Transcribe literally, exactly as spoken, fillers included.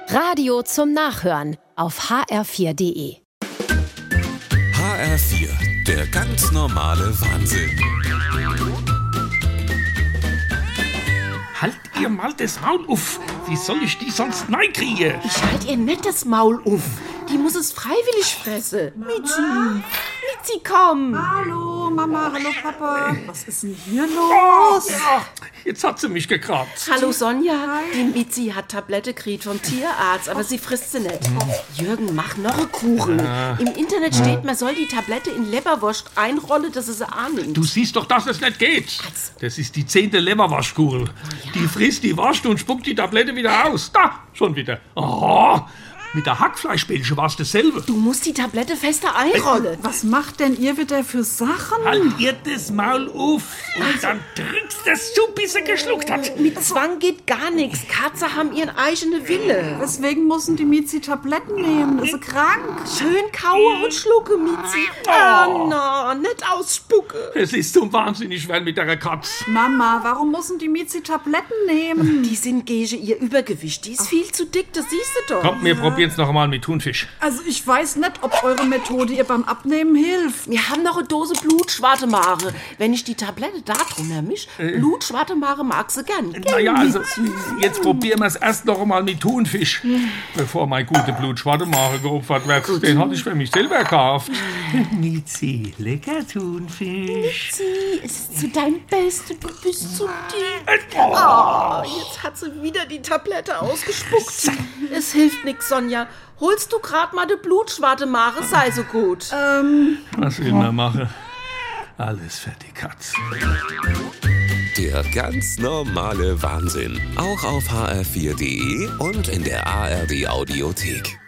Radio zum Nachhören auf h r vier punkt d e. H R vier, der ganz normale Wahnsinn. Halt ihr mal das Maul auf. Wie soll ich die sonst reinkriegen? Ich halt ihr nicht das Maul auf. Die muss es freiwillig fressen. Mizi, Mizi, komm. Hallo, Mama, hallo, Papa. Was ist denn hier los? Oh, jetzt hat sie mich gekratzt. Hallo, Sonja. Die Mizi hat Tablette gekriegt vom Tierarzt, aber sie frisst sie nicht. Jürgen, mach noch einen Kuchen. Im Internet steht, man soll die Tablette in Leberwurst einrollen, dass es sie annimmt. Du siehst doch, dass es nicht geht. Das ist die zehnte Leberwaschkugel. Die frisst die Wurst und spuckt die Tablette wieder aus. Da, schon wieder. Oh, mit der Hackfleischbällchen war es dasselbe. Du musst die Tablette fester einrollen. Was macht denn ihr wieder für Sachen? Halt ihr das Maul auf und dann drückst du es zu, bis sie geschluckt hat. Mit Zwang geht gar nichts. Katzen haben ihren eigenen Wille. Deswegen müssen die Mizi Tabletten nehmen. Ist sie krank? Schön kaue und schlucke, Mizi. Oh, no, nicht ausspucke. Es ist zum wahnsinnig schwer mit der Katz. Mama, warum müssen die Mizi Tabletten nehmen? Die sind gegen ihr Übergewicht. Die ist viel zu dick, das siehst du doch. Kommt, wir probieren's noch einmal mit Thunfisch. Also ich weiß nicht, ob eure Methode ihr beim Abnehmen hilft. Wir haben noch eine Dose Blutschwarte Mare. Wenn ich die Tablette da drunter misch, äh. Blutschwarte Mare mag sie gern. Naja, also jetzt probieren wir es erst noch einmal mit Thunfisch, bevor mein gute Blutschwarte Mare geopfert wird. Gut. Den hatte ich für mich selber gekauft. Mizi, lecker Thunfisch. Mizi, es ist zu deinem Besten. Du bist zu dick. Oh, jetzt hat sie wieder die Tablette ausgespuckt. Es hilft nix, Sonja. Holst du grad mal de Blutschwarte Mare, sei so gut. Ähm. Was will man machen? Alles für die Katz. Der ganz normale Wahnsinn. Auch auf h r vier punkt d e und in der A R D Audiothek.